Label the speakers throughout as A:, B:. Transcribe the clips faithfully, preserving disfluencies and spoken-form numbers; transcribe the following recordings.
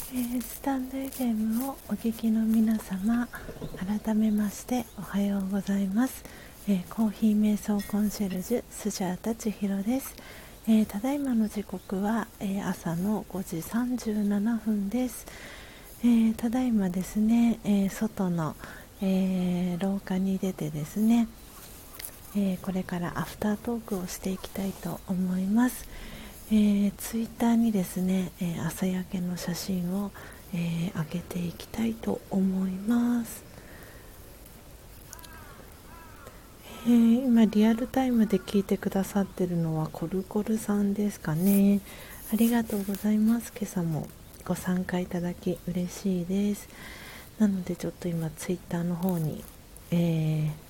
A: えースタンド エフエム をお聞きの皆様、改めましておはようございます。えーコーヒー瞑想コンシェルジュスジャータ千尋です。えーただいまの時刻は、えー朝のごじさんじゅうななふんです。えーただいまですね、えー外の、えー廊下に出てですね、えーこれからアフタートークをしていきたいと思います。えー、ツイッターにですね、えー朝焼けの写真を、えー上げていきたいと思います。えー今リアルタイムで聞いてくださってるのはコルコルさんですかね。ありがとうございます。今朝もご参加いただき嬉しいです。なのでちょっと今ツイッターの方に、えー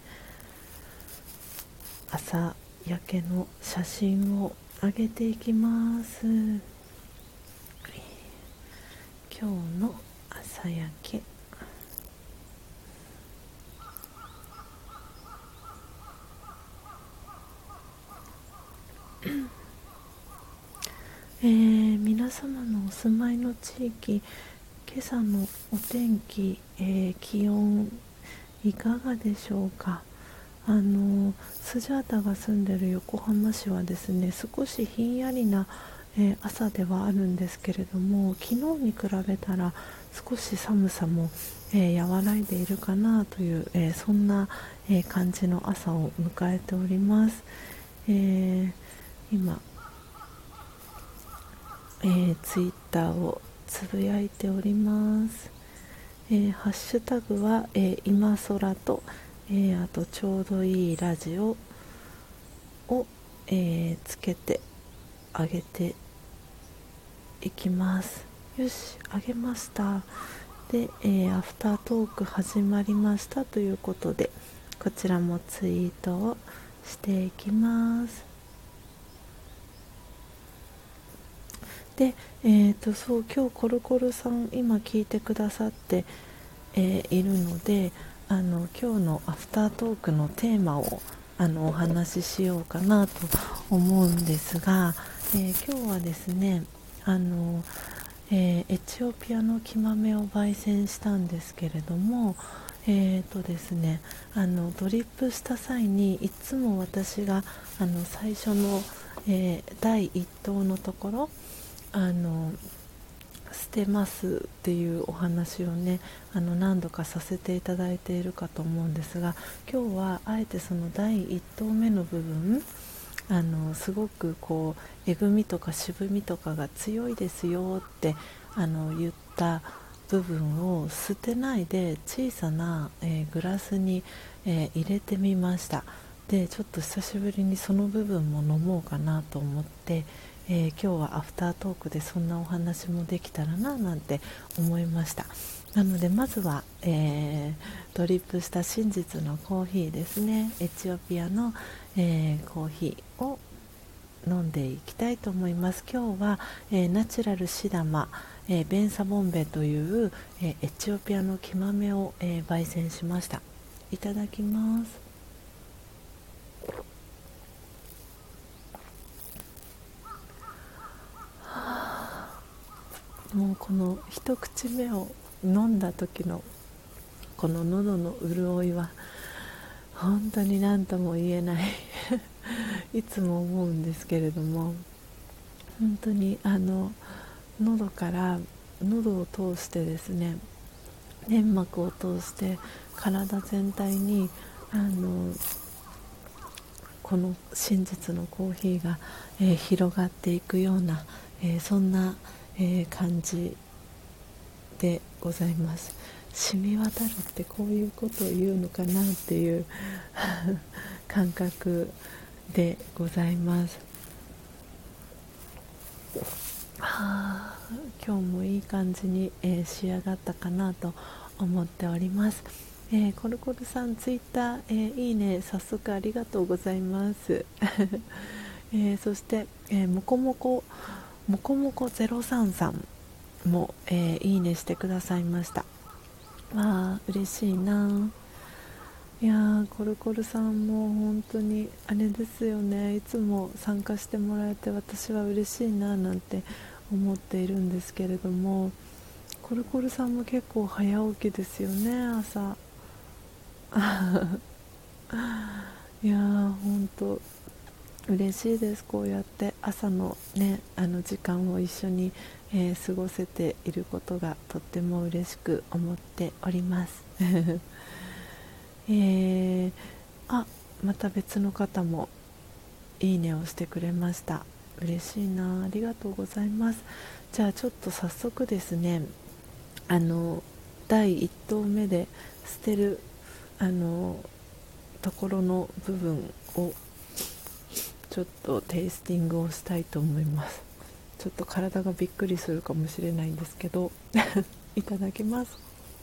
A: 朝焼けの写真を上げていきます。今日の朝焼け、えー皆様のお住まいの地域、今朝のお天気、えー気温いかがでしょうか。あのスジャータが住んでいる横浜市はですね、少しひんやりな、えー朝ではあるんですけれども、昨日に比べたら少し寒さも、えー和らいでいるかなという、えーそんな、えー感じの朝を迎えております。えー今、えーツイッターをつぶやいております。えーハッシュタグは、えー今空と、えーあとちょうどいいラジオを、えーつけてあげていきます。よし、あげました。で、えーアフタートーク始まりましたということで、こちらもツイートをしていきます。で、えーとそう今日コルコルさん今聞いてくださって、えーいるので、あの今日のアフタートークのテーマをあのお話ししようかなと思うんですが、えー今日はですね、あの、えーエチオピアの木豆を焙煎したんですけれども、えーとですね、あのドリップした際にいつも私があの最初の、えーだいいっとうのところ、あの捨てますっていうお話をね、あの何度かさせていただいているかと思うんですが、今日はあえてそのだいいっとうめの部分、あのすごくこうえぐみとか渋みとかが強いですよってあの言った部分を捨てないで小さな、えーグラスに、えー入れてみました。でちょっと久しぶりにその部分も飲もうかなと思って、えー今日はアフタートークでそんなお話もできたらななんて思いました。なのでまずは、えードリップした真実のコーヒーですね、エチオピアの、えーコーヒーを飲んでいきたいと思います。今日は、えーナチュラルシダマ、えーベンサボンベという、えーエチオピアの木豆を、えー焙煎しました。いただきます。もうこの一口目を飲んだ時のこの喉の潤いは本当に何とも言えないいつも思うんですけれども、本当にあの喉から喉を通してですね、粘膜を通して体全体にあのこの真実のコーヒーが、えー広がっていくような、えーそんな、えー感じでございます。染み渡るってこういうことを言うのかなっていう感覚でございます。はあ、今日もいい感じに、えー仕上がったかなと思っております。えーコルコルさんツイッター、えーいいね早速ありがとうございます、えーそして、えーもこもこもこもこゼロさんさんも、えーいいねしてくださいました。わあ嬉しいな。いやーコルコルさんも本当にあれですよね、いつも参加してもらえて私は嬉しいななんて思っているんですけれども、 コルコルさんも結構早起きですよね、朝。いやーほんと嬉しいです。こうやって朝のねあの時間を一緒に、えー過ごせていることがとっても嬉しく思っております。えー、あ、また別の方もいいねをしてくれました。嬉しいな、ありがとうございます。じゃあちょっと早速ですね、あのだいいち投目で捨てるあのところの部分をちょっとテイスティングをしたいと思います。ちょっと体がびっくりするかもしれないんですけどいただきます。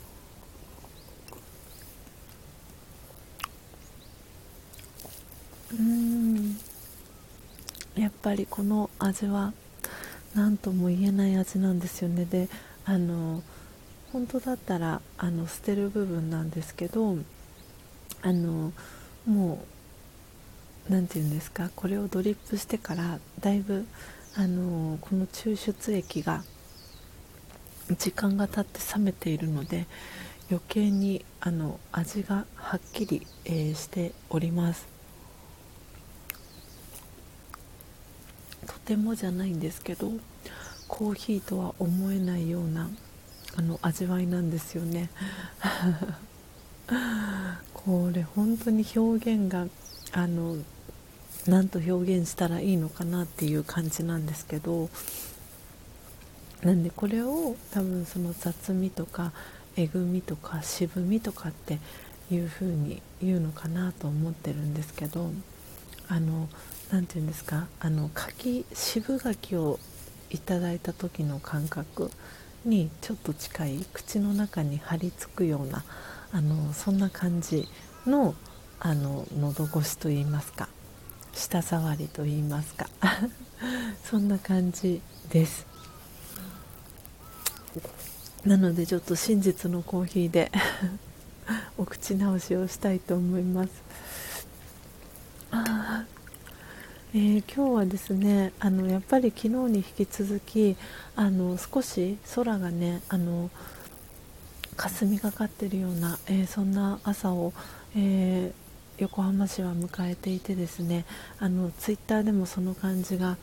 A: うーん、やっぱりこの味は何とも言えない味なんですよね。で、あの本当だったらあの捨てる部分なんですけど、あのもうなんて言うんですか、これをドリップしてからだいぶあのこの抽出液が時間が経って冷めているので、余計にあの味がはっきり、えーしております。とてもじゃないんですけど、コーヒーとは思えないようなあの味わいなんですよね。これ本当に表現があの何と表現したらいいのかなっていう感じなんですけど、なんでこれを多分その雑味とかえぐみとか渋みとかっていう風に言うのかなと思ってるんですけど、あのなんていうんですか、あの柿渋柿をいただいた時の感覚にちょっと近い、口の中に張り付くようなあのそんな感じのあの喉越しといいますか、舌触りといいますかそんな感じです。なのでちょっと真実のコーヒーでお口直しをしたいと思います。あー、えー今日はですね、あのやっぱり昨日に引き続きあの少し空がねあの霞がかっているような、えーそんな朝を、えー横浜市は迎えていてですね、あのツイッターでもその感じが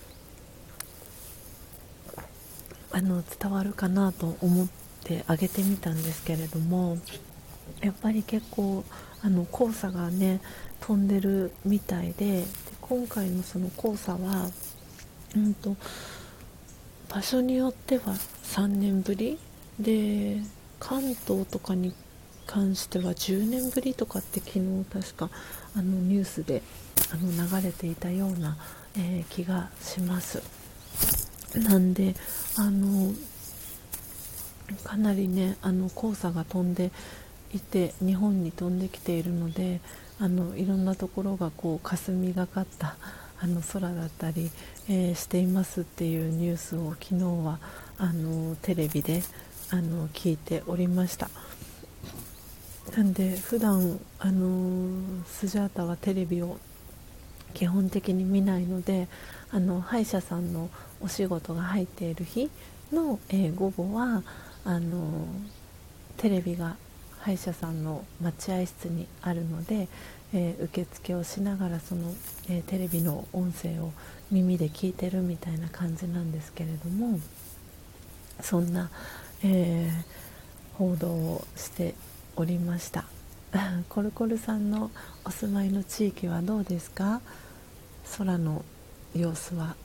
A: あの伝わるかなと思ってあげてみたんですけれども、やっぱり結構あの黄砂がね飛んでるみたいで、で今回のその黄砂は、うんと場所によってはさんねんぶりで、関東とかに関してはじゅうねんぶりとかって昨日確かあのニュースであの流れていたような、えー気がします。なんであのかなりねあの黄砂が飛んでいて日本に飛んできているので、あのいろんなところがこう霞がかったあの空だったり、えーしていますっていうニュースを昨日はあのテレビであの聞いておりました。なんで普段あのスジャータはテレビを基本的に見ないので、あの歯医者さんのお仕事が入っている日の、えー午後はあのテレビが歯医者さんの待合室にあるので、えー受付をしながらその、えーテレビの音声を耳で聞いてるみたいな感じなんですけれども、そんな、えー報道をしておりました。コルコルさんのお住まいの地域はどうですか？空の様子は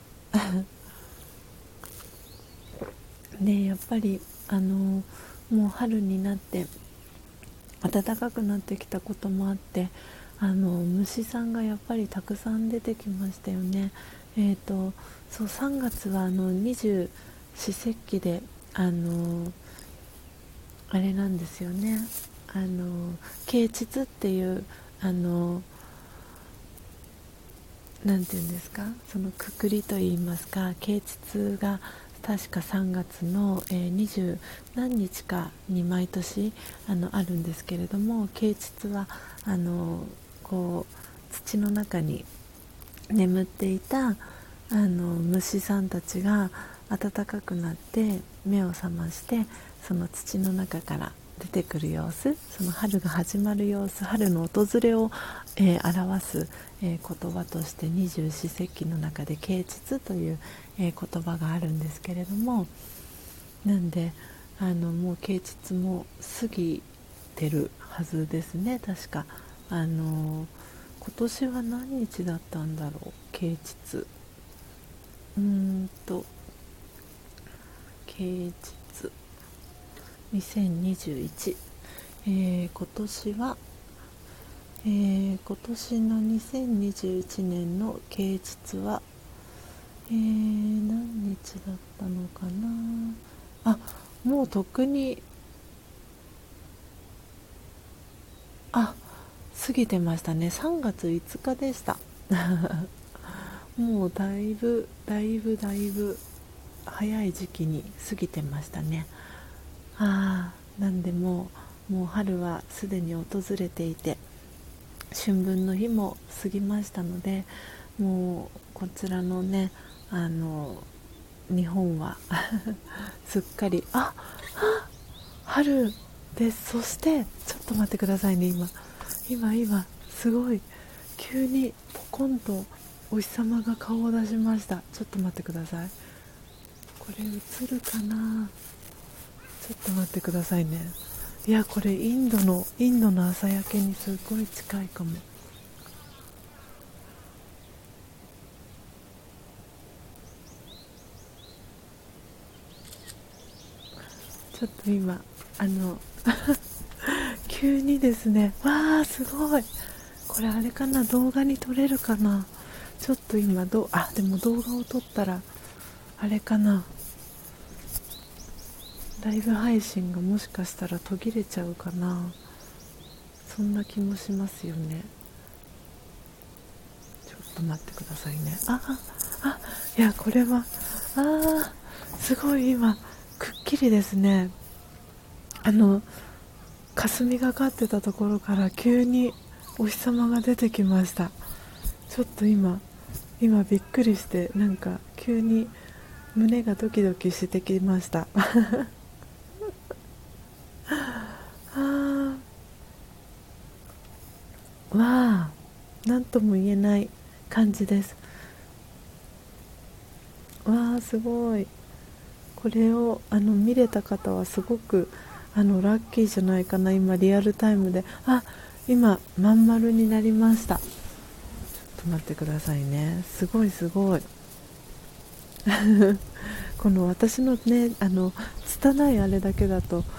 A: ね、やっぱりあのもう春になって暖かくなってきたこともあって、あの虫さんがやっぱりたくさん出てきましたよね。えーとそうさんがつはあの二十四節気であのあれなんですよね、あの啓蟄っていうあのなんていうんですか、そのくくりといいますか、啓蟄が確かさんがつの、えー、にじゅう何日かに毎年あのあるんですけれども、啓蟄はあのこう土の中に眠っていたあの虫さんたちが暖かくなって目を覚ましてその土の中から出てくる様子、その春が始まる様子、春の訪れを、えー、表す、えー、言葉として二十四節気の中で啓蟄という、えー、言葉があるんですけれども、なんであのもう啓蟄も過ぎてるはずですね。確かあの今年は何日だったんだろう。啓蟄うーんと啓蟄にせんにじゅういち、えー、今年は、えー、今年のにせんにじゅういちねんの啓蟄は、えー、何日だったのかなあ。もうとっくにあ過ぎてましたね。さんがついつかでしたもうだいぶだいぶだいぶ早い時期に過ぎてましたね。ああ、なんでもうもう春はすでに訪れていて、春分の日も過ぎましたので、もうこちらのね、あの日本はすっかりああ春です。そしてちょっと待ってくださいね。今今今すごい急にポコンとお日様が顔を出しました。ちょっと待ってください。これ映るかな。ちょっと待ってくださいね。いや、これインドのインドの朝焼けにすごい近いかも。ちょっと今あの急にですね、わーすごい。これあれかな、動画に撮れるかな。ちょっと今どあでも動画を撮ったらあれかな、ライブ配信がもしかしたら途切れちゃうかな。そんな気もしますよね。ちょっと待ってくださいね。ああいや、これはあすごい今くっきりですね。あの霞がかってたところから急にお日様が出てきました。ちょっと今今びっくりして、なんか急に胸がドキドキしてきましたあーわあ、なんとも言えない感じです。わあすごい。これをあの見れた方はすごくあのラッキーじゃないかな。今リアルタイムであ今まん丸になりました。ちょっと待ってくださいね。すごいすごいこの私のね、あの拙いあれだけだと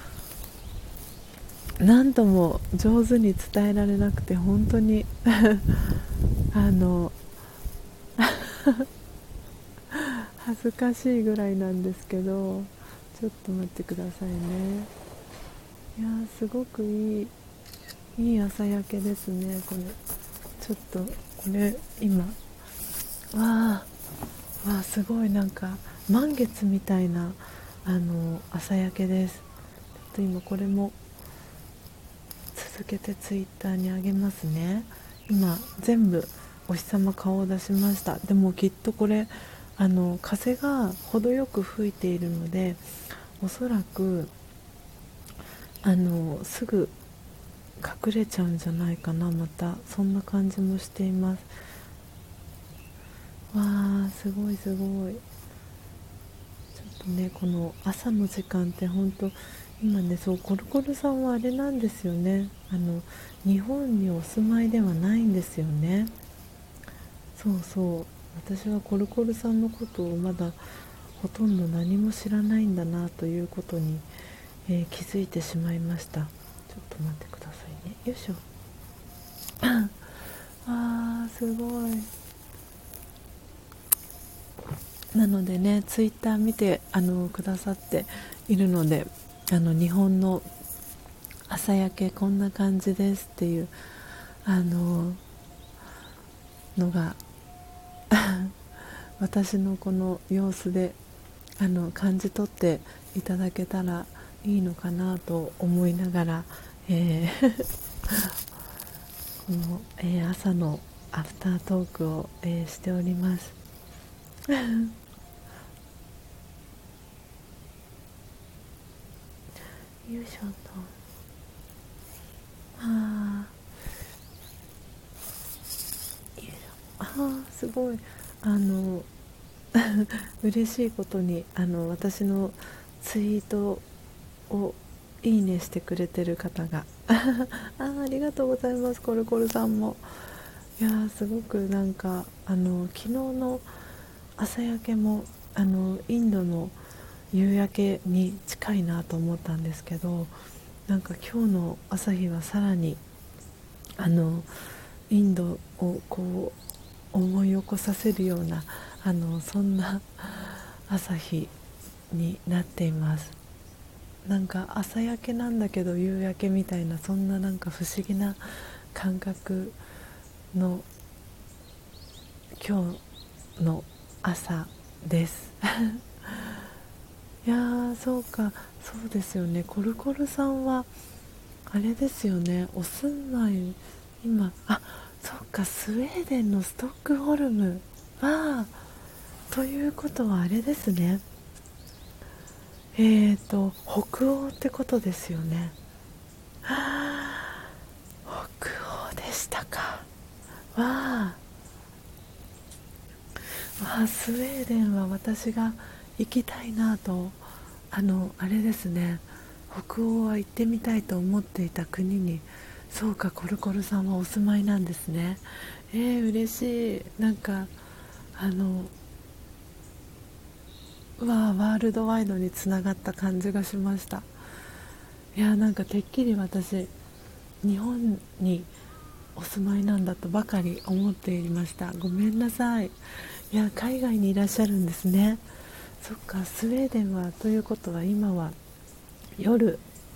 A: 何とも上手に伝えられなくて、本当にあの恥ずかしいぐらいなんですけど、ちょっと待ってくださいね。いやーすごくいいいい朝焼けですね。これちょっとこれ今わーわーすごい、なんか満月みたいなあの朝焼けです。ちょっと今これも続けてツイッターにあげますね。今全部お日様顔を出しました。でもきっとこれあの風が程よく吹いているので、おそらくあのすぐ隠れちゃうんじゃないかな。またそんな感じもしています。わーすごいすごい。ちょっとね、この朝の時間って本当今ね、そうコルコルさんはあれなんですよね、あの日本にお住まいではないんですよね。そうそう、私はコルコルさんのことをまだほとんど何も知らないんだなということに、えー気づいてしまいました。ちょっと待ってくださいね。よいしょあーすごい。なのでね、ツイッター見てあのくださっているので、あの日本の朝焼けこんな感じですっていうあののが私のこの様子であの感じ取っていただけたらいいのかなと思いながら、えーこの、えー朝のアフタートークを、えーしておりますよいしょと。あーよいしょ。あーすごい、あの嬉しいことに、あの私のツイートをいいねしてくれてる方があーありがとうございます。コルコルさんも。いやーすごくなんか、あの昨日の朝焼けも、あのインドの夕焼けに近いなと思ったんですけど、なんか今日の朝日はさらに、あのインドをこう思い起こさせるような、あのそんな朝日になっています。なんか朝焼けなんだけど夕焼けみたいな、そんななんか不思議な感覚の今日の朝ですいやーそうか、そうですよね。コルコルさんはあれですよね、お住まい、今、あ、そうか、スウェーデンのストックホルムは、ということはあれですね、えーと北欧ってことですよね。北欧でしたか。わあ、わあ、スウェーデンは私が行きたいなと、あのあれですね、北欧は行ってみたいと思っていた国に、そうか、コルコルさんはお住まいなんですね。えー、嬉しい。なんかあのうわあ、ワールドワイドにつながった感じがしました。いや、なんかてっきり私、日本にお住まいなんだとばかり思っていました。ごめんなさい。いや、海外にいらっしゃるんですね。そっか、スウェーデンは、ということは今は夜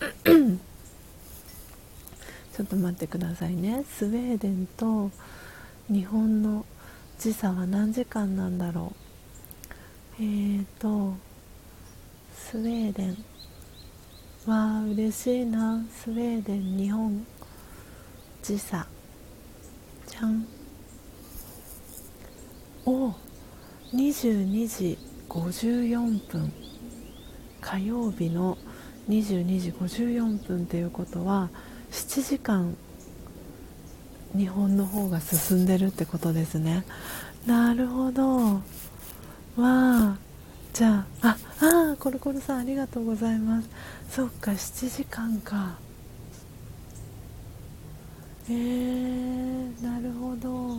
A: ちょっと待ってくださいね。スウェーデンと日本の時差は何時間なんだろう。えーとスウェーデン、わあ嬉しいな。スウェーデン日本時差、じゃん。お、にじゅうにじごじゅうよんぷん、火曜日のにじゅうにじごじゅうよんぷんということは、しちじかん日本の方が進んでるってことですね。なるほど。わあ、じゃあ、ああコルコルさんありがとうございます。そっか、しちじかんか。えー、なるほど。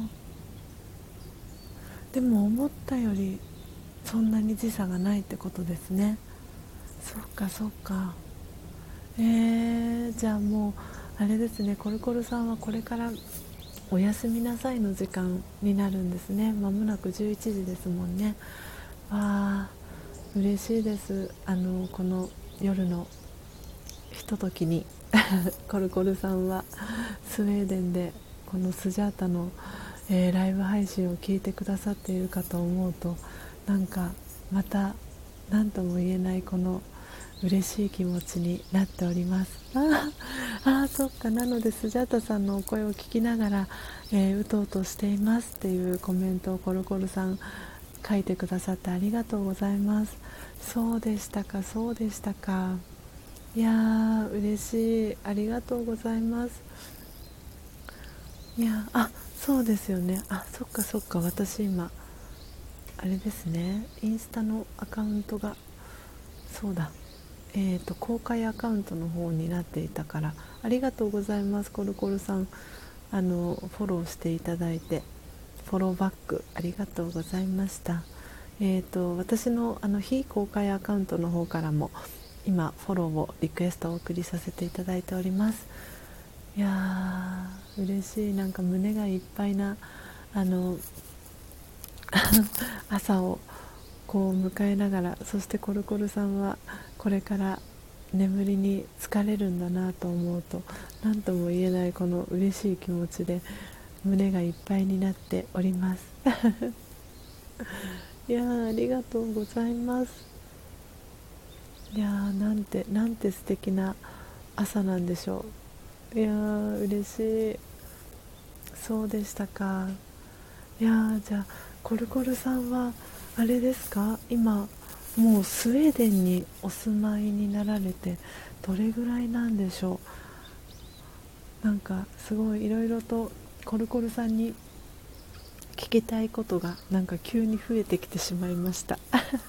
A: でも思ったよりそんなに時差がないってことですね。そっかそっか。えー、じゃあもうあれですね、コルコルさんはこれからおやすみなさいの時間になるんですね。まもなくじゅういちじですもんね。わあ嬉しいです。あのこの夜のひとときにコルコルさんはスウェーデンでこのスジャータの、えーライブ配信を聞いてくださっているかと思うと、なんかまた何とも言えないこの嬉しい気持ちになっております。ああ、そっか。なのでスジャータさんのお声を聞きながら、えーうとうとしていますっていうコメントをコロコロさん書いてくださってありがとうございます。そうでしたか、そうでしたか。いやー嬉しい、ありがとうございます。いやあ、そうですよね。あ、そっかそっか。私今あれですね、インスタのアカウントが、そうだ、えーと公開アカウントの方になっていたから、ありがとうございます。コルコルさん、あのフォローしていただいて、フォローバックありがとうございました。えーと私のあの非公開アカウントの方からも今フォローをリクエストをお送りさせていただいております。いやー嬉しい。なんか胸がいっぱいな、あの朝をこう迎えながら、そしてコルコルさんはこれから眠りに疲れるんだなと思うと、何とも言えないこの嬉しい気持ちで胸がいっぱいになっておりますいやーありがとうございます。いやーなんてなんて素敵な朝なんでしょう。いやー嬉しい。そうでしたか。いやーじゃあコルコルさんはあれですか、今もうスウェーデンにお住まいになられてどれぐらいなんでしょう。なんかすごいいろいろとコルコルさんに聞きたいことがなんか急に増えてきてしまいました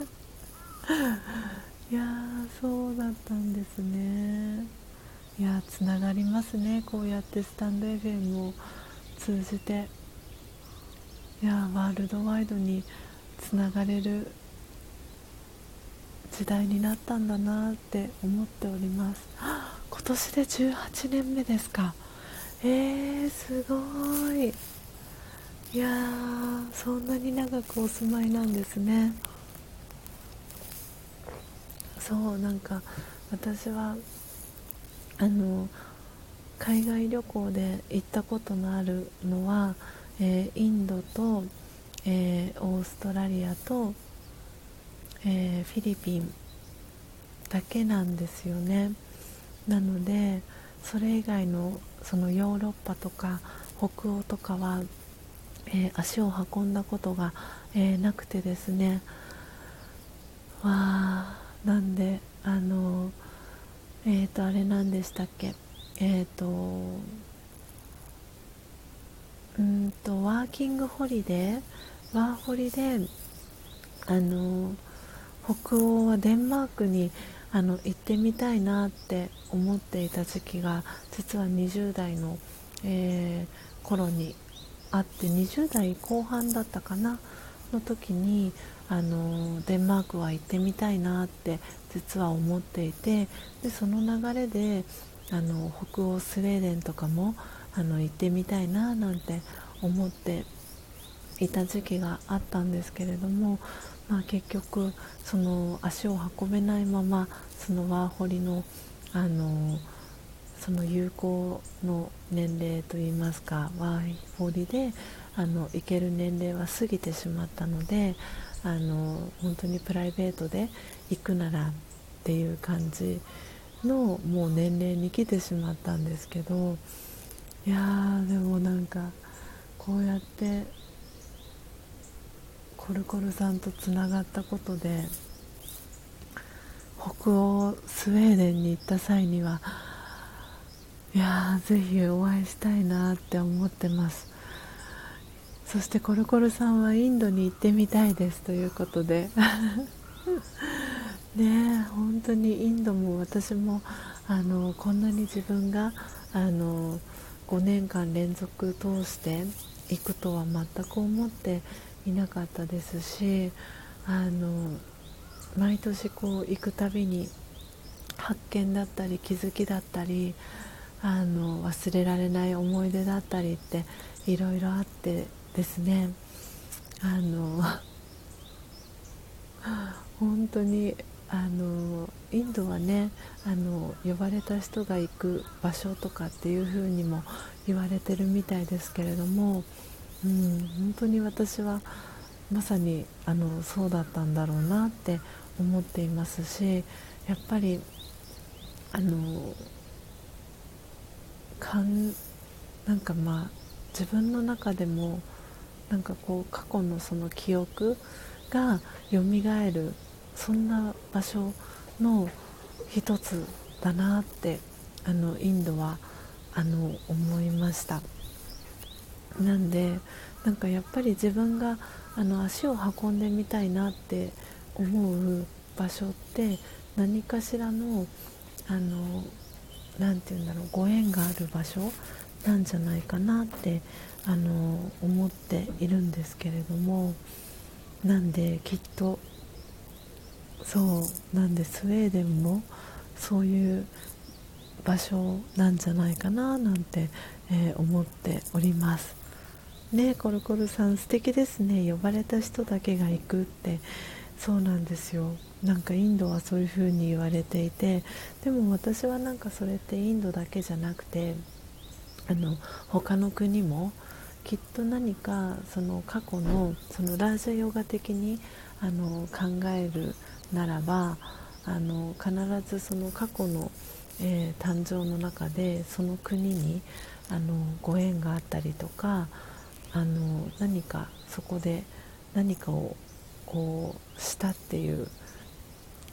A: いやー、そうだったんですね。いやー、つながりますね、こうやってスタンド エフエム を通じて。いやー、ワールドワイドにつながれる時代になったんだなって思っております。今年でじゅうはちねんめですか。えー、すごい。いやー、そんなに長くお住まいなんですね。そう、なんか私はあの海外旅行で行ったことのあるのは、えーインドと、えーオーストラリアと、えーフィリピンだけなんですよね。なのでそれ以外のそのヨーロッパとか北欧とかは、えー足を運んだことが、えーなくてですね。わあ、なんであのえーとあれなんでしたっけ、えーとうんとワーキングホリデーワーホリであの北欧はデンマークにあの行ってみたいなって思っていた時期が実はにじゅう代の、えー頃にあって、にじゅう代後半だったかなの時にあのデンマークは行ってみたいなって実は思っていて、でその流れであの北欧スウェーデンとかもあの行ってみたいななんて思っていた時期があったんですけれども、まあ、結局その足を運べないままそのワーホリの、あのその有効の年齢といいますか、ワーホリであの行ける年齢は過ぎてしまったので、あの本当にプライベートで行くならっていう感じのもう年齢に来てしまったんですけど、いやー、でもなんかこうやってコルコルさんとつながったことで、北欧スウェーデンに行った際にはいやー、ぜひお会いしたいなって思ってます。そしてコルコルさんはインドに行ってみたいですということでねえ、本当にインドも私もあのこんなに自分があのごねんかん連続通して行くとは全く思っていなかったですし、あの毎年こう行くたびに発見だったり気づきだったり、あの忘れられない思い出だったりっていろいろあってですね、あの本当にあのインドはね、あの呼ばれた人が行く場所とかっていう風にも言われてるみたいですけれども、うん、本当に私はまさにあのそうだったんだろうなって思っていますし、やっぱりあのかんなんかまあ自分の中でもなんかこう過去のその記憶が蘇る、そんな場所の一つだなってあのインドはあの思いました。なんでなんかやっぱり自分があの足を運んでみたいなって思う場所って何かしらのあのなんていうんだろう、ご縁がある場所なんじゃないかなってあの思っているんですけれども、なんできっとそうなんでスウェーデンもそういう場所なんじゃないかななんて、えー思っておりますね。コルコルさん素敵ですね、呼ばれた人だけが行くって。そうなんですよ。なんかインドはそういう風に言われていて、でも私はなんかそれってインドだけじゃなくて、あの他の国もきっと何かその過去のそのラージャヨガ的にあの考えるならば、あの必ずその過去の、えー誕生の中でその国にあのご縁があったりとか、あの何かそこで何かをこうしたっていう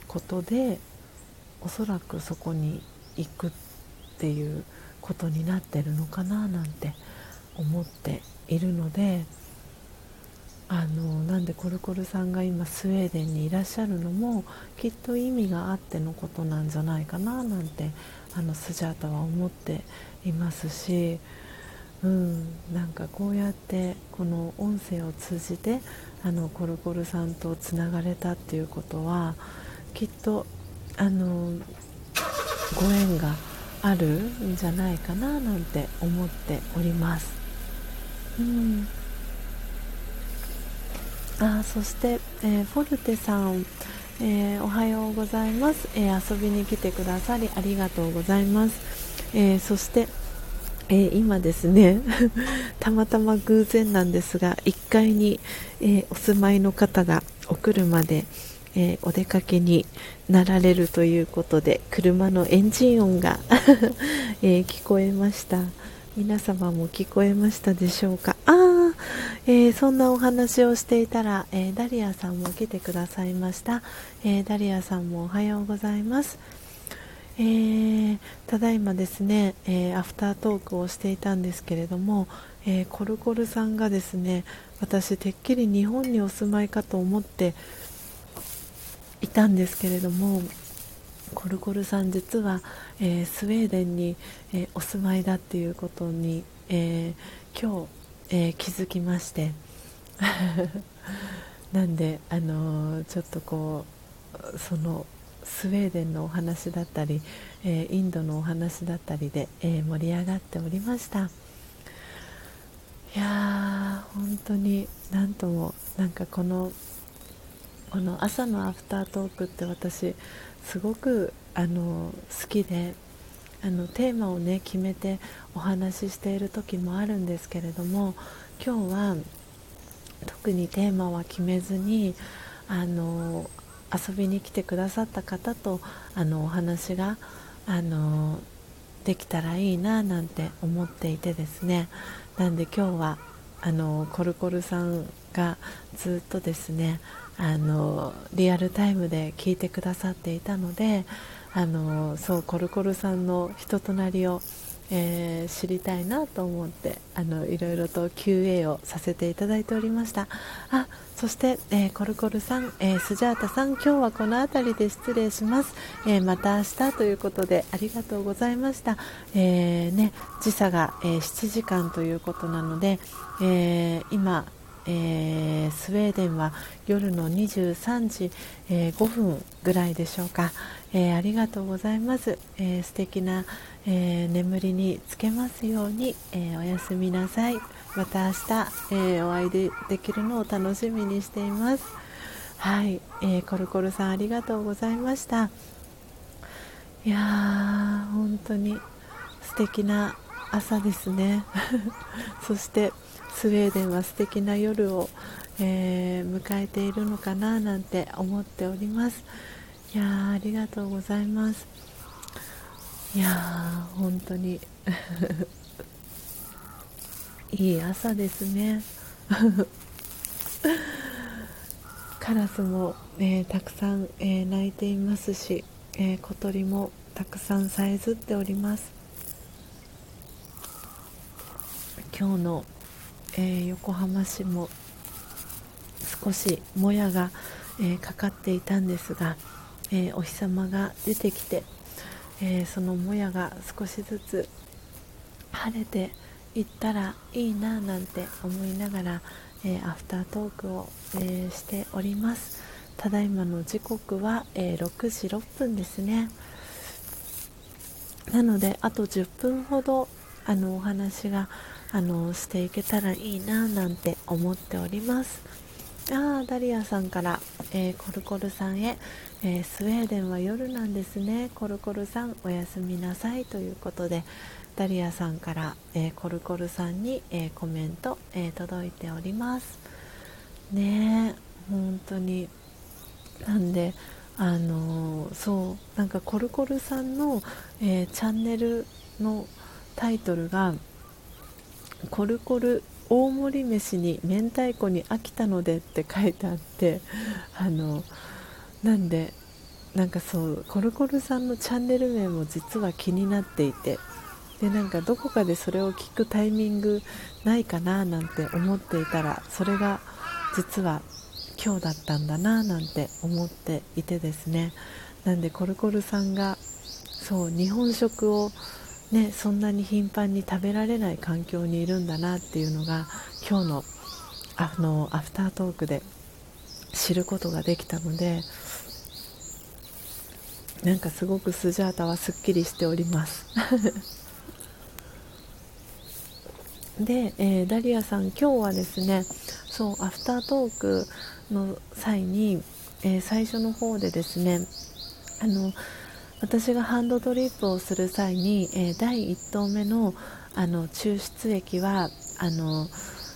A: ことでおそらくそこに行くっていうことになってるのかななんて思っているので、あのなんでコルコルさんが今スウェーデンにいらっしゃるのもきっと意味があってのことなんじゃないかななんてあのスジャータは思っていますし、うん、なんかこうやってこの音声を通じてあのコルコルさんとつながれたっていうことはきっとあのご縁があるんじゃないかななんて思っております。うん、あそして、えー、フォルテさん、えー、おはようございます、えー、遊びに来てくださりありがとうございます、えー、そして、えー、今ですねたまたま偶然なんですがいっかいに、えー、お住まいの方がお車で、えー、お出かけになられるということで車のエンジン音が、えー、聞こえました。皆様も聞こえましたでしょうか。あー、えー、そんなお話をしていたら、えー、ダリアさんも来てくださいました、えー、ダリアさんもおはようございます。えー、ただいまですね、えー、アフタートークをしていたんですけれども、えー、コルコルさんがですね、私てっきり日本にお住まいかと思っていたんですけれども、コルコルさん実は、えー、スウェーデンに、えー、お住まいだっていうことに、えー、今日、えー、気づきましてなんで、あのーちょっとこうそのスウェーデンのお話だったり、えーインドのお話だったりで、えー盛り上がっておりました。いやー本当になんともなんかこのこの朝のアフタートークって私すごくあの好きで、あのテーマをね決めてお話ししている時もあるんですけれども、今日は特にテーマは決めずにあの遊びに来てくださった方とあのお話があのできたらいいななんて思っていてですね、なんで今日はあのコルコルさんがずっとですねあのリアルタイムで聞いてくださっていたので、あのそうコルコルさんの人となりを、えー知りたいなと思ってあのいろいろと キューエー をさせていただいておりました。あそして、えーコルコルさん、えースジャータさん、今日はこの辺りで失礼します、えーまた明日ということでありがとうございました。えーね、時差が、えーしちじかんということなので、えー今えースウェーデンは夜のにじゅうさんじ、えーごふんぐらいでしょうか、えーありがとうございます、えー素敵な、えー眠りにつけますように、えーおやすみなさい。また明日、えーお会いで、できるのを楽しみにしています。はい、えーコルコルさんありがとうございました。いやー本当に素敵な朝ですねそしてスウェーデンは素敵な夜を、えー迎えているのかななんて思っております。いやーありがとうございます。いやー本当にいい朝ですねカラスも、えーたくさん、えー鳴いていますし、えー小鳥もたくさんさえずっております。今日の、えー横浜市も少しもやが、えーかかっていたんですが、えーお日様が出てきて、えーそのもやが少しずつ晴れていったらいいななんて思いながら、えーアフタートークを、えーしております。ただいまの時刻は、えーろくじろっぷんですね。なのであとじゅっぷんほどあのお話があのしていけたらいいななんて思っております。あーダリアさんから、えーコルコルさんへ、えースウェーデンは夜なんですね、コルコルさんおやすみなさいということで、ダリアさんから、えーコルコルさんに、えーコメント、えー届いておりますね。え本当になんであのーそうなんかコルコルさんの、えーチャンネルのタイトルがコルコル大盛り飯に明太子に飽きたのでって書いてあって、あのなんでなんかそうコルコルさんのチャンネル名も実は気になっていて、でなんかどこかでそれを聞くタイミングないかななんて思っていたら、それが実は今日だったんだななんて思っていてですね。なんでコルコルさんがそう日本食をねそんなに頻繁に食べられない環境にいるんだなっていうのが今日のあのアフタートークで知ることができたので、なんかすごくスジャータはすっきりしておりますで、えーダリアさん、今日はですね、そうアフタートークの際に、えー最初の方でですね、あの私がハンドドリップをする際に、えーだいいっとうめの、あの抽出液はあの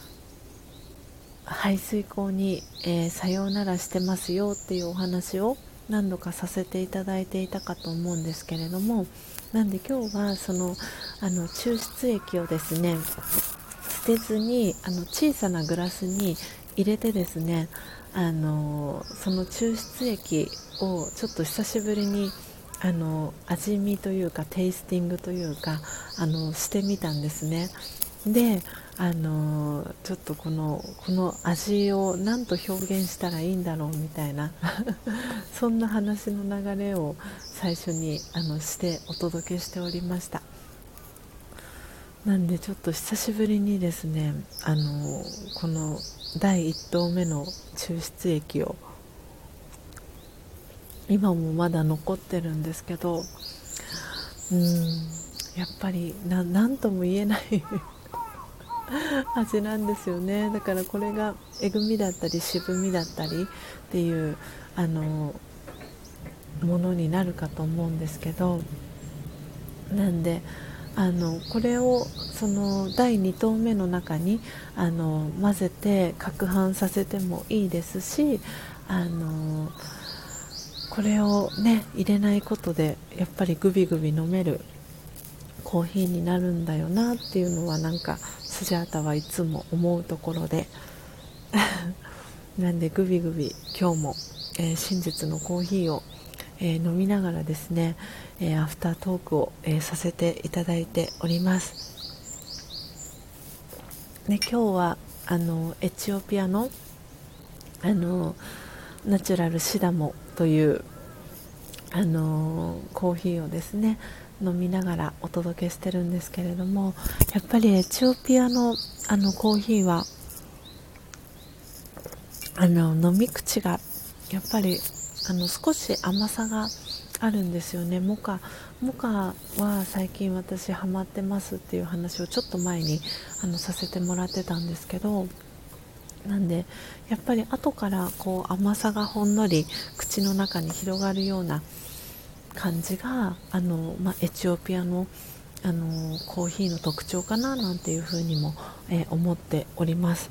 A: 排水口に、えー、さようならしてますよっていうお話を何度かさせていただいていたかと思うんですけれども、なんで今日はそのあの抽出液をですね捨てずにあの小さなグラスに入れてですね、あのその抽出液をちょっと久しぶりにあの味見というかテイスティングというかあのしてみたんですね。であのちょっとこのこの味を何と表現したらいいんだろうみたいなそんな話の流れを最初にあのしてお届けしておりました。なんでちょっと久しぶりにですね、あのこのだいいっとうめの抽出液を今もまだ残ってるんですけど、うーんやっぱりな何とも言えない味なんですよね。だからこれがえぐみだったり渋みだったりっていうあのものになるかと思うんですけど、なんであのこれをそのだいにとうめの中にあの混ぜて攪拌させてもいいですし、あのこれをね入れないことでやっぱりグビグビ飲めるコーヒーになるんだよなっていうのはなんかスジャータはいつも思うところでなんでグビグビ今日も、えー真実のコーヒーを、えー飲みながらですね、えーアフタートークを、えーさせていただいております。で今日はあのエチオピアのあのナチュラルシダモというあのコーヒーをですね飲みながらお届けしてるんですけれども、やっぱりエチオピアのあのコーヒーはあの飲み口がやっぱりあの少し甘さがあるんですよね。モカモカは最近私ハマってますっていう話をちょっと前にあのさせてもらってたんですけど、なんでやっぱり後からこう甘さがほんのり口の中に広がるような感じがあの、まあ、エチオピアの、あのコーヒーの特徴かななんていうふうにも、えー思っております。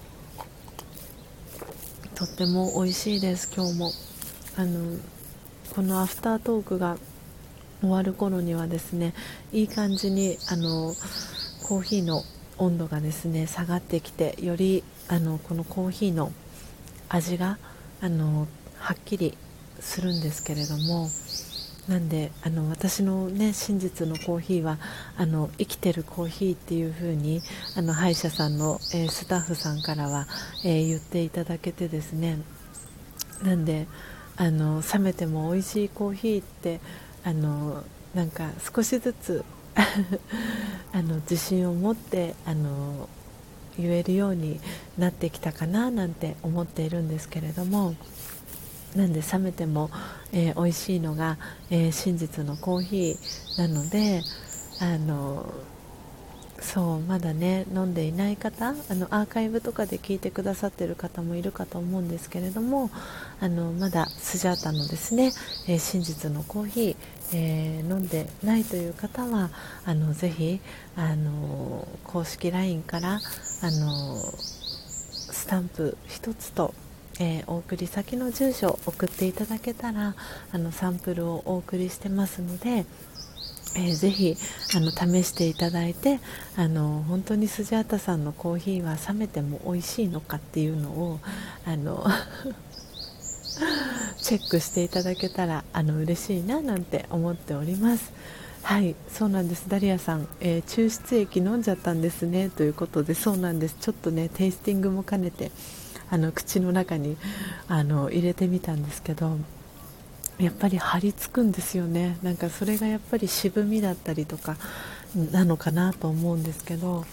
A: とっても美味しいです。今日もあのこのアフタートークが終わる頃にはですね、いい感じにあのコーヒーの温度がですね下がってきて、よりあのこのコーヒーの味があのはっきりするんですけれども、なんであの私のね真実のコーヒーはあの生きてるコーヒーっていう風にあの歯医者さんの、えースタッフさんからは、えー言っていただけてですね、なんであの冷めても美味しいコーヒーってあのなんか少しずつあの自信を持ってあの言えるようになってきたかななんて思っているんですけれども、なんで冷めても、えー美味しいのが、えー真実のコーヒーなので、あのそうまだね飲んでいない方、あのアーカイブとかで聞いてくださっている方もいるかと思うんですけれども、あのまだスジャータのですね、えー真実のコーヒー、えー飲んでないという方はあのぜひあの公式 ライン からあのスタンプ一つと、えーお送り先の住所を送っていただけたらあのサンプルをお送りしてますので、えーぜひあの試していただいて、あの本当にスジャータさんのコーヒーは冷めても美味しいのかっていうのをあのチェックしていただけたらあの嬉しいななんて思っております。はい、そうなんです。ダリアさん、えー、抽出液飲んじゃったんですねということで、そうなんです。ちょっとねテイスティングも兼ねてあの口の中にあの入れてみたんですけど、やっぱり張り付くんですよね。なんかそれがやっぱり渋みだったりとかなのかなと思うんですけど、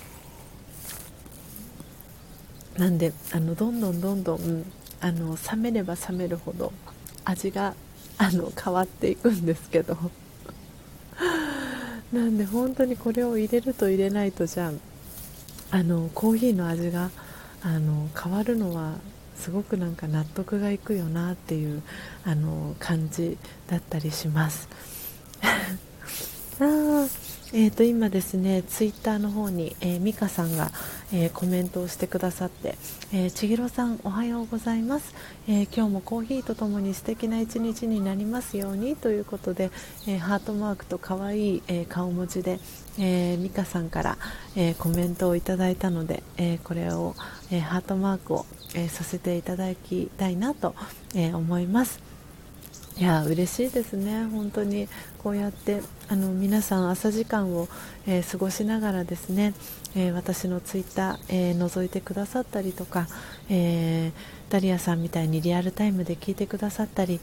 A: なんであのどんどんどんどんあの冷めれば冷めるほど味があの変わっていくんですけどなんで本当にこれを入れると入れないとじゃあ、あのコーヒーの味があの変わるのはすごくなんか納得がいくよなっていうあの感じだったりしますあーえー、と今ですねツイッターの方に、えー、ミカさんが、えーコメントをしてくださって、えー、千尋さんおはようございます、えー今日もコーヒーとともに素敵な一日になりますようにということで、えーハートマークと可愛い、えー顔文字で、えーミカさんから、えーコメントをいただいたので、えーこれを、えーハートマークを、えーさせていただきたいなと、えー思います。いや嬉しいですね。本当にこうやってあの皆さん朝時間を、えー過ごしながらですね、えー私のツイッター、えー覗いてくださったりとか、えーダリアさんみたいにリアルタイムで聞いてくださったり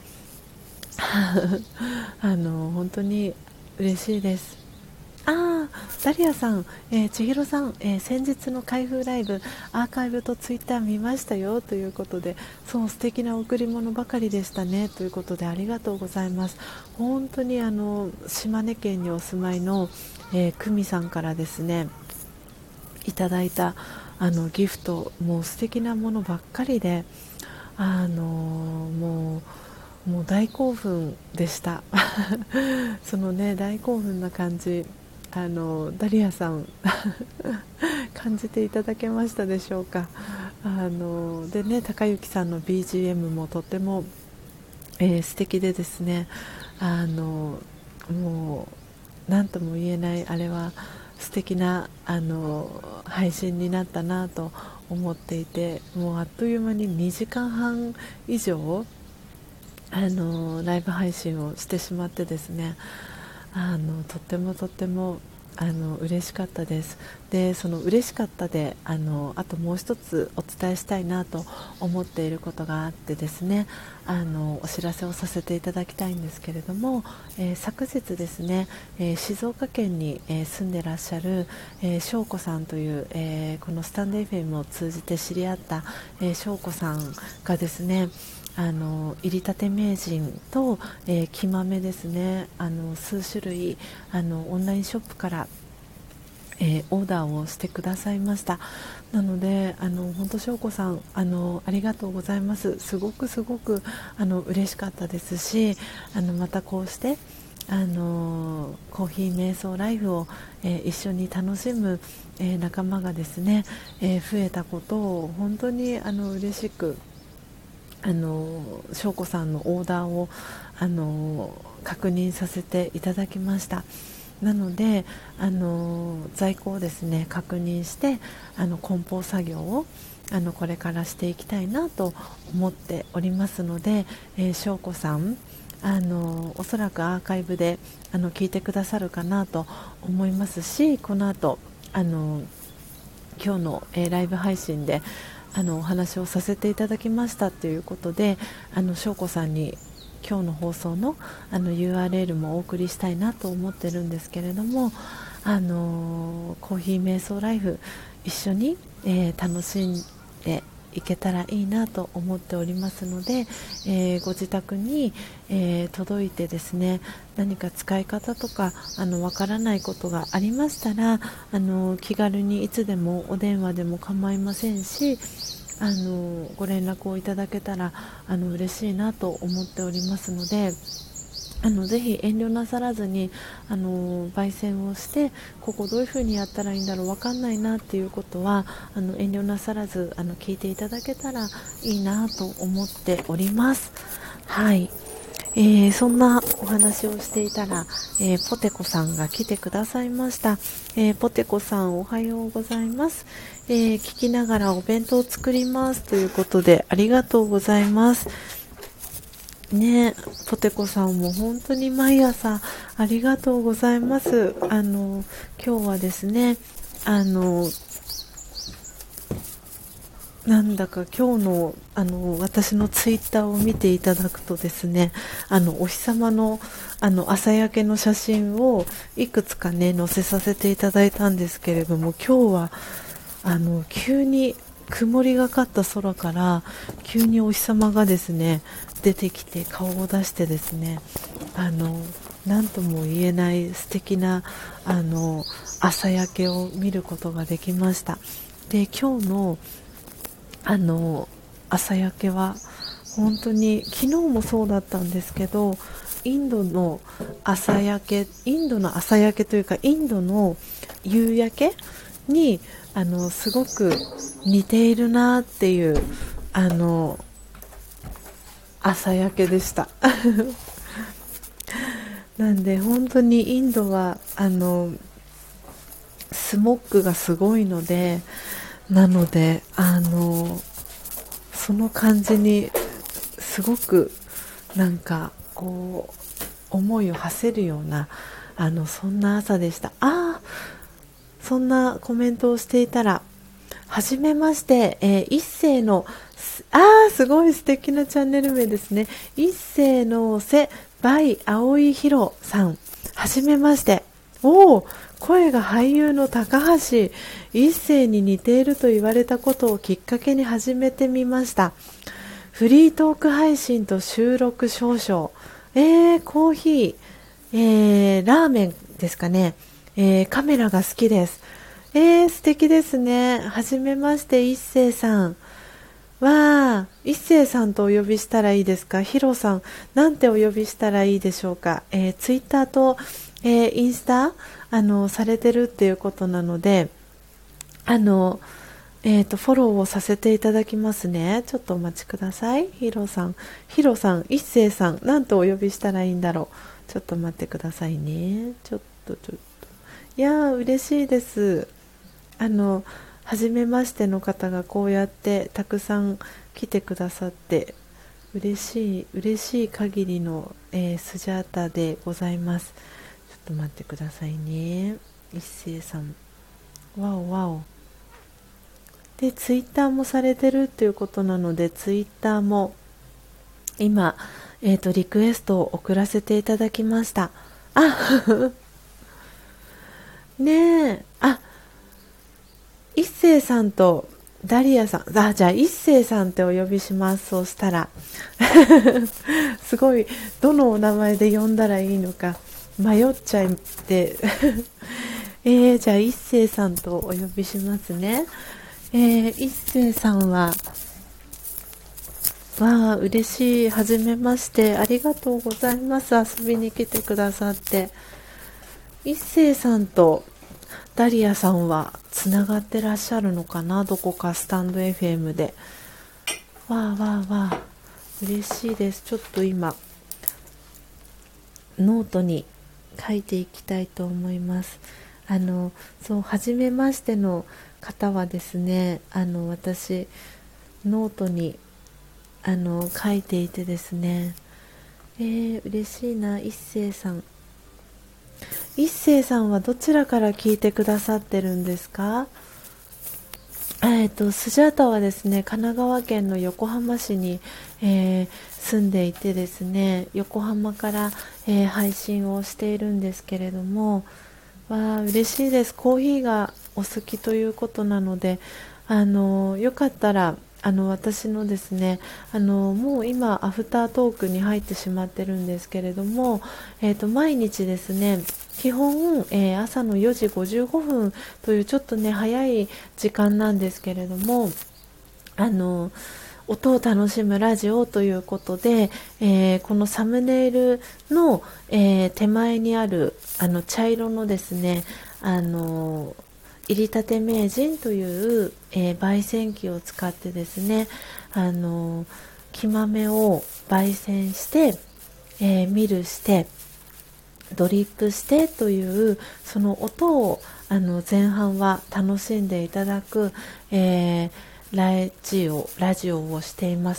A: あの本当に嬉しいです。あーダリアさん、えー、千尋さん、えー先日の開封ライブアーカイブとツイッター見ましたよということで、そう素敵な贈り物ばかりでしたねということでありがとうございます。本当にあの島根県にお住まいの、えー、久美さんからですねいただいたあのギフト、もう素敵なものばっかりで、あのもうもう大興奮でしたそのね大興奮な感じ、あのダリアさん感じていただけましたでしょうか。あのでね高幸さんの ビージーエム もとても、えー素敵でですね、あのもう何とも言えない、あれは素敵なあの配信になったなと思っていて、もうあっという間ににじかんはん以上あのライブ配信をしてしまってですね、あのとってもとってもあの嬉しかったです。でその嬉しかったであのあともう一つお伝えしたいなと思っていることがあってですね、あのお知らせをさせていただきたいんですけれども、えー昨日ですね、えー静岡県に、えー住んでらっしゃる、えー、翔子さんという、えーこのスタンド エフエム を通じて知り合った、えー、翔子さんがですね、あの入りたて名人と、えー、木豆ですね、あの数種類あのオンラインショップから、えーオーダーをしてくださいました。なのであの本当翔子さんあのありがとうございます。すごくすごくあの嬉しかったですし、あのまたこうしてあのコーヒー瞑想ライフを、えー一緒に楽しむ、えー仲間がですね、えー増えたことを本当にあの嬉しく、あの翔子さんのオーダーをあの確認させていただきました。なのであの在庫をですね確認して、あの梱包作業をあのこれからしていきたいなと思っておりますので、えー、翔子さんあのおそらくアーカイブであの聞いてくださるかなと思いますし、この後あの今日の、えーライブ配信であのお話をさせていただきましたということで、あの翔子さんに今日の放送の、あの ユーアールエル もお送りしたいなと思ってるんですけれども、あのコーヒー瞑想ライフ一緒に、えー楽しんでいけたらいいなと思っておりますので、えーご自宅に、えー届いてですね、何か使い方とかあのわからないことがありましたら、あの気軽にいつでもお電話でも構いませんし、あのご連絡をいただけたらあの嬉しいなと思っておりますので、あのぜひ遠慮なさらずにあの焙煎をして、ここどういう風にやったらいいんだろう、分かんないなっていうことはあの遠慮なさらずあの聞いていただけたらいいなと思っております。はい、えーそんなお話をしていたら、えーポテコさんが来てくださいました。えーポテコさんおはようございます。えー聞きながらお弁当を作りますということでありがとうございます。 ね、ポテコさんも本当に毎朝ありがとうございます。あの今日はですね、あのなんだか今日のあの私のツイッターを見ていただくとですね、あのお日様のあの朝焼けの写真をいくつかね載せさせていただいたんですけれども、今日はあの急に曇りがかった空から急にお日様がですね出てきて顔を出してですね、あの何とも言えない素敵なあの朝焼けを見ることができました。で、今日のあの朝焼けは本当に昨日もそうだったんですけど、インドの朝焼けインドの朝焼けというかインドの夕焼けにあのすごく似ているなっていうあの朝焼けでしたなんで本当にインドはあのスモッグがすごいので、なのであのその感じにすごくなんかこう思いを馳せるようなあのそんな朝でした。ああ、そんなコメントをしていたら、はじめまして、えー、一世のあーすごい素敵なチャンネル名ですね。一世のせ by 青井ひろさん、はじめまして。おお、声が俳優の高橋一生に似ていると言われたことをきっかけに始めてみました。フリートーク配信と収録少々、えー、コーヒー、えー、ラーメンですかね、えー、カメラが好きです。えー、素敵ですね。はじめまして、一生さん。わあ、一生さんとお呼びしたらいいですか？ヒロさん、なんてお呼びしたらいいでしょうか？えー、ツイッターと、えー、インスタ、あの、されてるっていうことなので、あの、えーと、フォローをさせていただきますね。ちょっとお待ちください。ヒロさん、ヒロさん、一生さん、なんとお呼びしたらいいんだろう。ちょっと待ってくださいね。ちょっと、ちょっと。いやー、嬉しいです。あの、初めましての方がこうやってたくさん来てくださって嬉しい嬉しい限りの、えー、スジャータでございます。ちょっと待ってくださいね。一星さん、わおわお。でツイッターもされてるっていうことなので、ツイッターも今、えーと、リクエストを送らせていただきました。あねえ、あ、一星さんとダリアさん、あ、じゃあ一星さんってお呼びします。そうしたらすごいどのお名前で呼んだらいいのか迷っちゃってえー、じゃあ一星さんとお呼びしますね。えー、一星さんはわあ嬉しい、はじめまして、ありがとうございます。遊びに来てくださって。一星さんとダリアさんはつながってらっしゃるのかな、どこかスタンド エフエム で。わあわあわあ、嬉しいです。ちょっと今ノートに書いていきたいと思います。あのそう初めましての方はですね、あの私ノートにあの書いていてですね、えー、嬉しいな。一星さん一星さんはどちらから聞いてくださってるんですか？えーと、スジャータはですね、神奈川県の横浜市に、えー住んでいてですね、横浜から、えー配信をしているんですけれども、わあ嬉しいです。コーヒーがお好きということなので、あのよかったらあの私のですね、あのもう今アフタートークに入ってしまってるんですけれども、えーと毎日ですね、基本、えー朝のよじごじゅうごふんというちょっとね早い時間なんですけれども、あの音を楽しむラジオということで、えーこのサムネイルの、えー手前にあるあの茶色のですね、あの入りたて名人という、えー焙煎機を使ってですね、あの木豆を焙煎して、えーミルしてドリップしてというその音をあの前半は楽しんでいただく、えーラジオラジオをしています。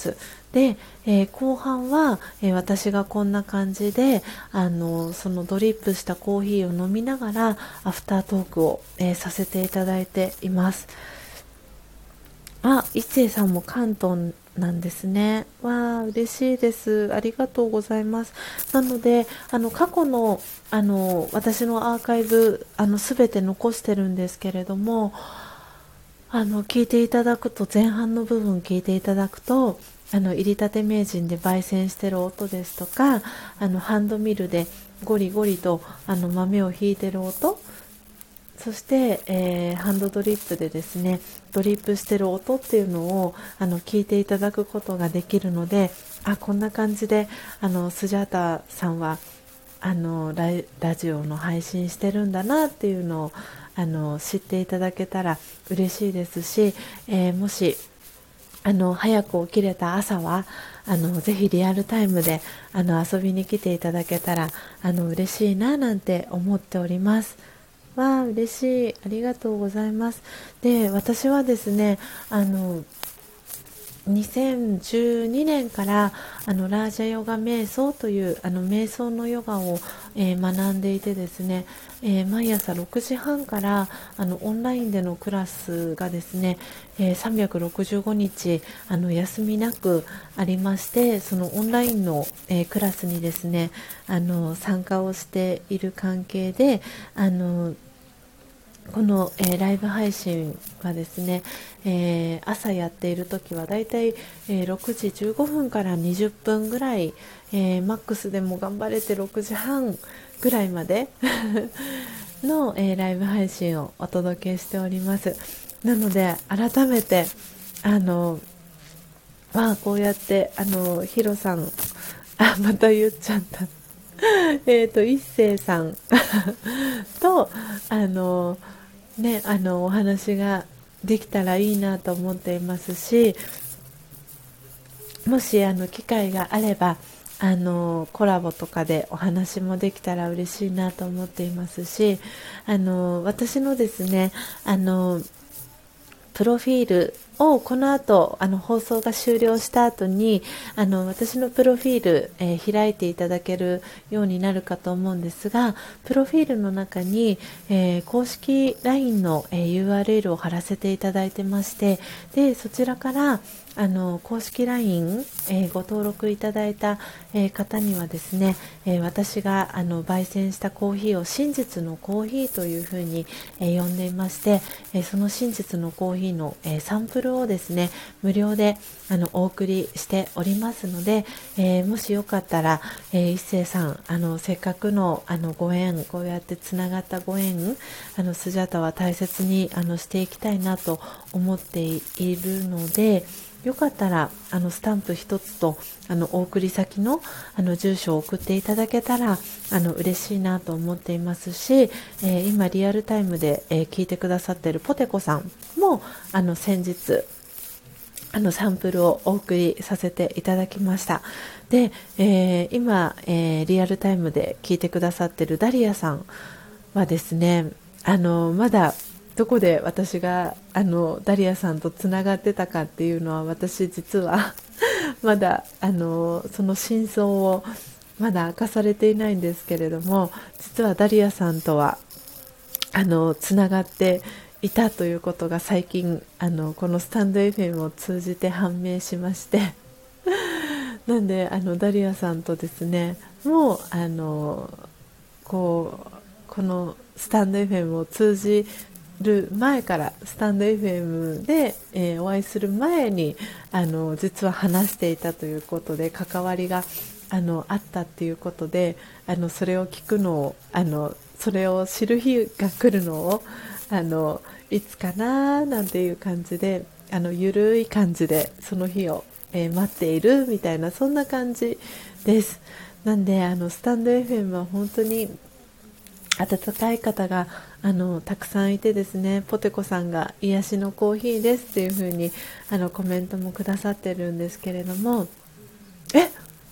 A: で、えー後半は、えー私がこんな感じであのそのドリップしたコーヒーを飲みながらアフタートークを、えーさせていただいています。あ、一星さんも関東なんですね。わあ、嬉しいです。ありがとうございます。なので、あの、過去の、あの、私のアーカイブ、あの、すべて残してるんですけれども、あの、聞いていただくと、前半の部分聞いていただくと、あの、入りたて名人で焙煎してる音ですとか、あの、ハンドミルでゴリゴリと、あの、豆をひいてる音、そして、えーハンドドリップでですねドリップしてる音っていうのをあの聞いていただくことができるので、あ、こんな感じであのスジャータさんはあの ラ, ラジオの配信してるんだなっていうのをあの知っていただけたら嬉しいですし、えーもしあの早く起きれた朝はあのぜひリアルタイムであの遊びに来ていただけたらあの嬉しいななんて思っております。わあ、嬉しい。ありがとうございます。で、私はですね、あの、にせんじゅうにねんからあのラージャヨガ瞑想というあの瞑想のヨガを、えー学んでいてですね、えー毎朝ろくじはんからあのオンラインでのクラスがですね、えーさんびゃくろくじゅうごにちあの休みなくありまして、そのオンラインの、えークラスにですねあの参加をしている関係で、あのこの、えーライブ配信はですね、えー朝やっている時はだいたい、えーろくじじゅうごふんからにじゅっぷんぐらい、えーマックスでも頑張れてろくじはんぐらいまでの、えーライブ配信をお届けしております。なので改めてあのまあこうやってあのヒロさん、あ、また言っちゃったえっと一星さんとあのね、あのお話ができたらいいなと思っていますし、もしあの機会があればあのコラボとかでお話もできたら嬉しいなと思っていますし、あの私のですねあのプロフィールをこの後あの放送が終了した後にあの私のプロフィール、えー開いていただけるようになるかと思うんですが、プロフィールの中に、えー公式 ライン の、えー ユーアールエル を貼らせていただいてまして、でそちらからあの公式 ライン、えーご登録いただいた、えー方にはですね、えー私があの焙煎したコーヒーを真実のコーヒーというふうに、えー呼んでいまして、えーその真実のコーヒーの、えーサンプルをですね無料であのお送りしておりますので、えーもしよかったら、えー一星さんあのせっかくのあのご縁、こうやってつながったご縁、あのスジャタは大切にあのしていきたいなと思っているので、よかったらあのスタンプ一つとあのお送り先のあの住所を送っていただけたらあの嬉しいなと思っていますし、えー今リアルタイムで、えー聞いてくださっているポテコさんもあの先日あのサンプルをお送りさせていただきました。で、えー今、えーリアルタイムで聞いてくださっているダリアさんはですね、あのまだどこで私があのダリアさんとつながってたかっていうのは、私実はまだあのその真相をまだ明かされていないんですけれども、実はダリアさんとはあのつながっていたということが最近あのこのスタンド エフエム を通じて判明しましてなんであのダリアさんとですねもうあのこうこのスタンド エフエム を通じる前から、スタンド エフエム で、えーお会いする前にあの実は話していたということで、関わりがあのあったっていうことで、あのそれを聞くのをあのそれを知る日が来るのをあのいつかななんていう感じで、あのゆるい感じでその日を、えー待っているみたいな、そんな感じです。なんであのスタンド エフエム は本当に温かい方があのたくさんいてですね、ポテコさんが癒しのコーヒーですっていう風にあのコメントもくださってるんですけれども、え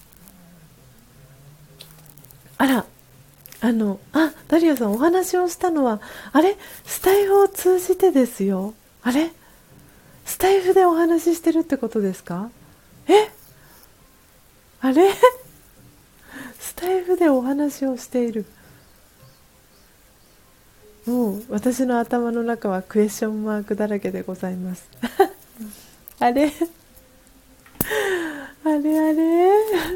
A: あら、あのあダリアさん、お話をしたのはあれスタイフを通じてですよ。あれスタイフでお話ししてるってことですか？えあれスタイフでお話をしている。もう私の頭の中はクエスチョンマークだらけでございますあれあれあれ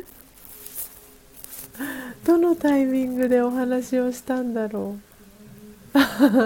A: どのタイミングでお話をしたんだろう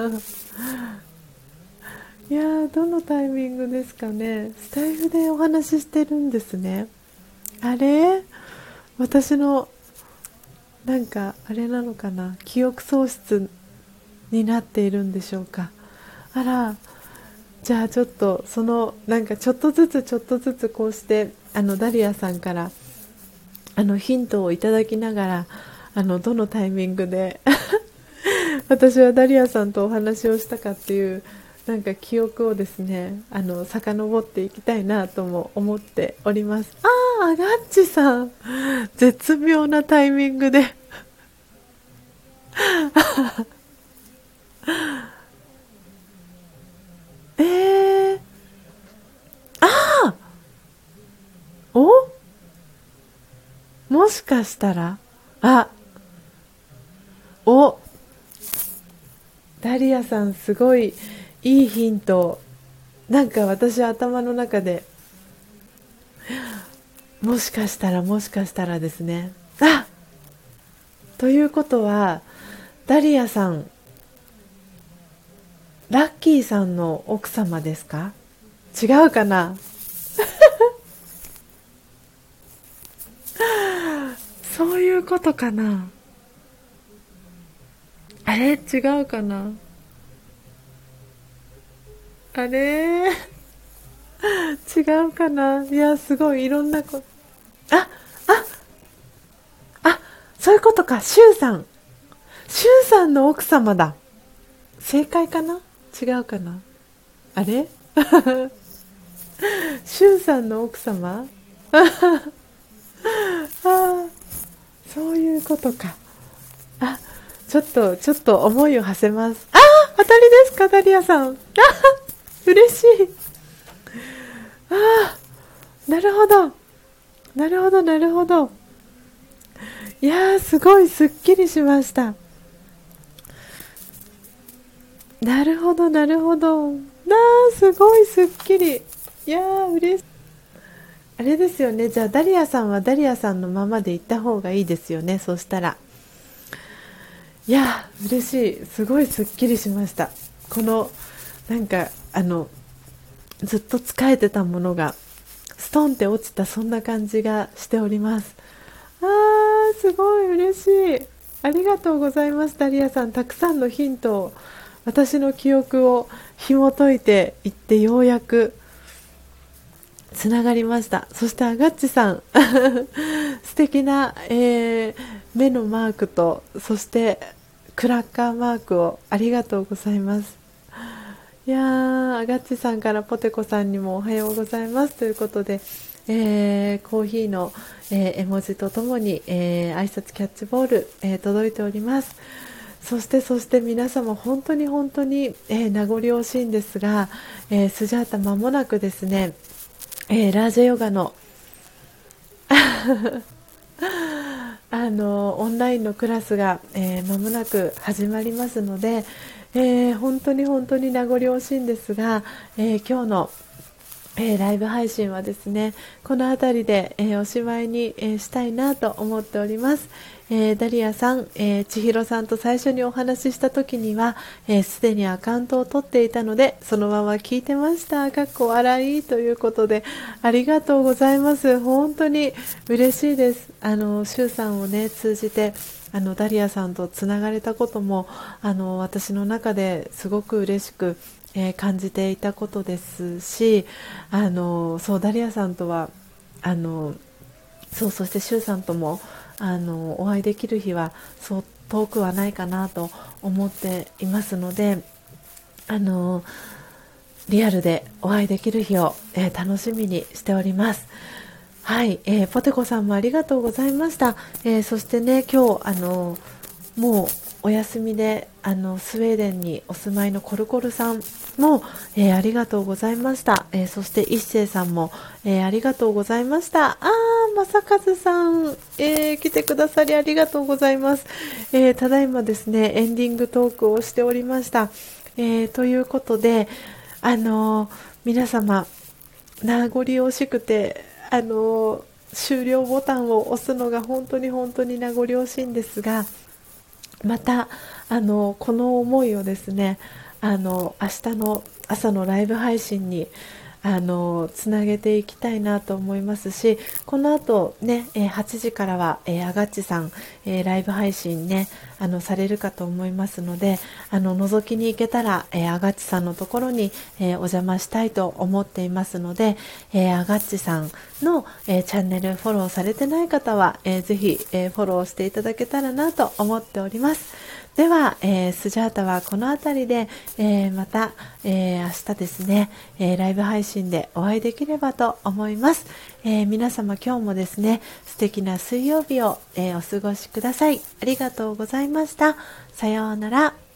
A: いやー、どのタイミングですかね。スタイフでお話ししてるんですね。あれ、私のなんかあれなのかな、記憶喪失になっているんでしょうか。あら、じゃあちょっとそのなんかちょっとずつちょっとずつこうしてあのダリアさんからあのヒントをいただきながら、あのどのタイミングで私はダリアさんとお話をしたかっていうなんか記憶をですね、あの遡っていきたいなとも思っております。あー、アガッチさん、絶妙なタイミングでえー、あー、お、もしかしたら、あ、お、ダリアさんすごいいいヒント。なんか私頭の中でもしかしたらもしかしたらですね。あ、ということはダリアさん、ラッキーさんの奥様ですか？違うかな。そういうことかな。あれ、違うかな。あれ違うかな。いや、すごいいろんなこと。あ、あ、あ、そういうことか。シュウさん、シュウさんの奥様だ。正解かな、違うかな。あれシュウさんの奥様あ、そういうことか。あ、ちょっとちょっと思いを馳せます。あ、当たりですか、ダリアさん。あ、嬉しい。あ、なるほどなるほどなるほど。いやー、すごいすっきりしました。なるほどなるほど。なー、すごいすっきり。いやー、嬉しい。あれですよね。じゃあダリアさんはダリアさんのままで行った方がいいですよね。そうしたら、いやー、嬉しい。すごいすっきりしました。このなんかあのずっと使えてたものがストンって落ちた、そんな感じがしております。あー、すごい嬉しい。ありがとうございます。ダリアさん、たくさんのヒントを、私の記憶を紐解いていって、ようやくつながりました。そしてアガッチさん素敵な、えー目のマークと、そしてクラッカーマークをありがとうございます。いやー、アガッチさんからポテコさんにもおはようございますということで、えーコーヒーの、えー絵文字とともに、えー挨拶キャッチボール、えー届いております。そしてそして皆様、本当に本当に、えー名残惜しいんですが、えースジャータ、間もなくですね、えーラージャヨガのあのオンラインのクラスが、えー間もなく始まりますので、えー本当に本当に名残惜しいんですが、えー今日の、えーライブ配信はですね、この辺りで、えーおしまいに、えーしたいなと思っております。えーダリアさん、えー千尋さんと最初にお話しした時にはすで、えー、にアカウントを取っていたので、そのまま聞いてました。かっこ笑いということで、ありがとうございます。本当に嬉しいです。あのシュウさんをね通じて、あのダリアさんとつながれたことも、あの私の中ですごく嬉しく、えー感じていたことですし、あのそうダリアさんとはあのそうそしてシュウさんともあのお会いできる日はそう遠くはないかなと思っていますので、あのリアルでお会いできる日を、えー楽しみにしております。はい、えーポテコさんもありがとうございました。えーそしてね、今日あのもうお休みであのスウェーデンにお住まいのコルコルさんも、えー、ありがとうございました、えー、そして一星さんも、えー、ありがとうございました。あー、正和さん、えー、来てくださりありがとうございます。えー、ただいまですねエンディングトークをしておりました。えー、ということで、あのー、皆様名残惜しくて、あのー、終了ボタンを押すのが本当に本当に名残惜しいんですが、またあのこの思いをですね、あの明日の朝のライブ配信にあのつなげていきたいなと思いますし、この後ね、えー、はちじからは、えー、あがっちさん、えー、ライブ配信ねあのされるかと思いますので、あの覗きに行けたら、えー、あがっちさんのところに、えー、お邪魔したいと思っていますので、えー、あがっちさんの、えー、チャンネルフォローされてない方は、えー、ぜひ、えー、フォローしていただけたらなと思っております。では、えー、スジャータはこの辺りで、えー、また、えー、明日ですね、えー、ライブ配信でお会いできればと思います。えー、皆様今日もですね、素敵な水曜日を、えー、お過ごしください。ありがとうございました。さようなら。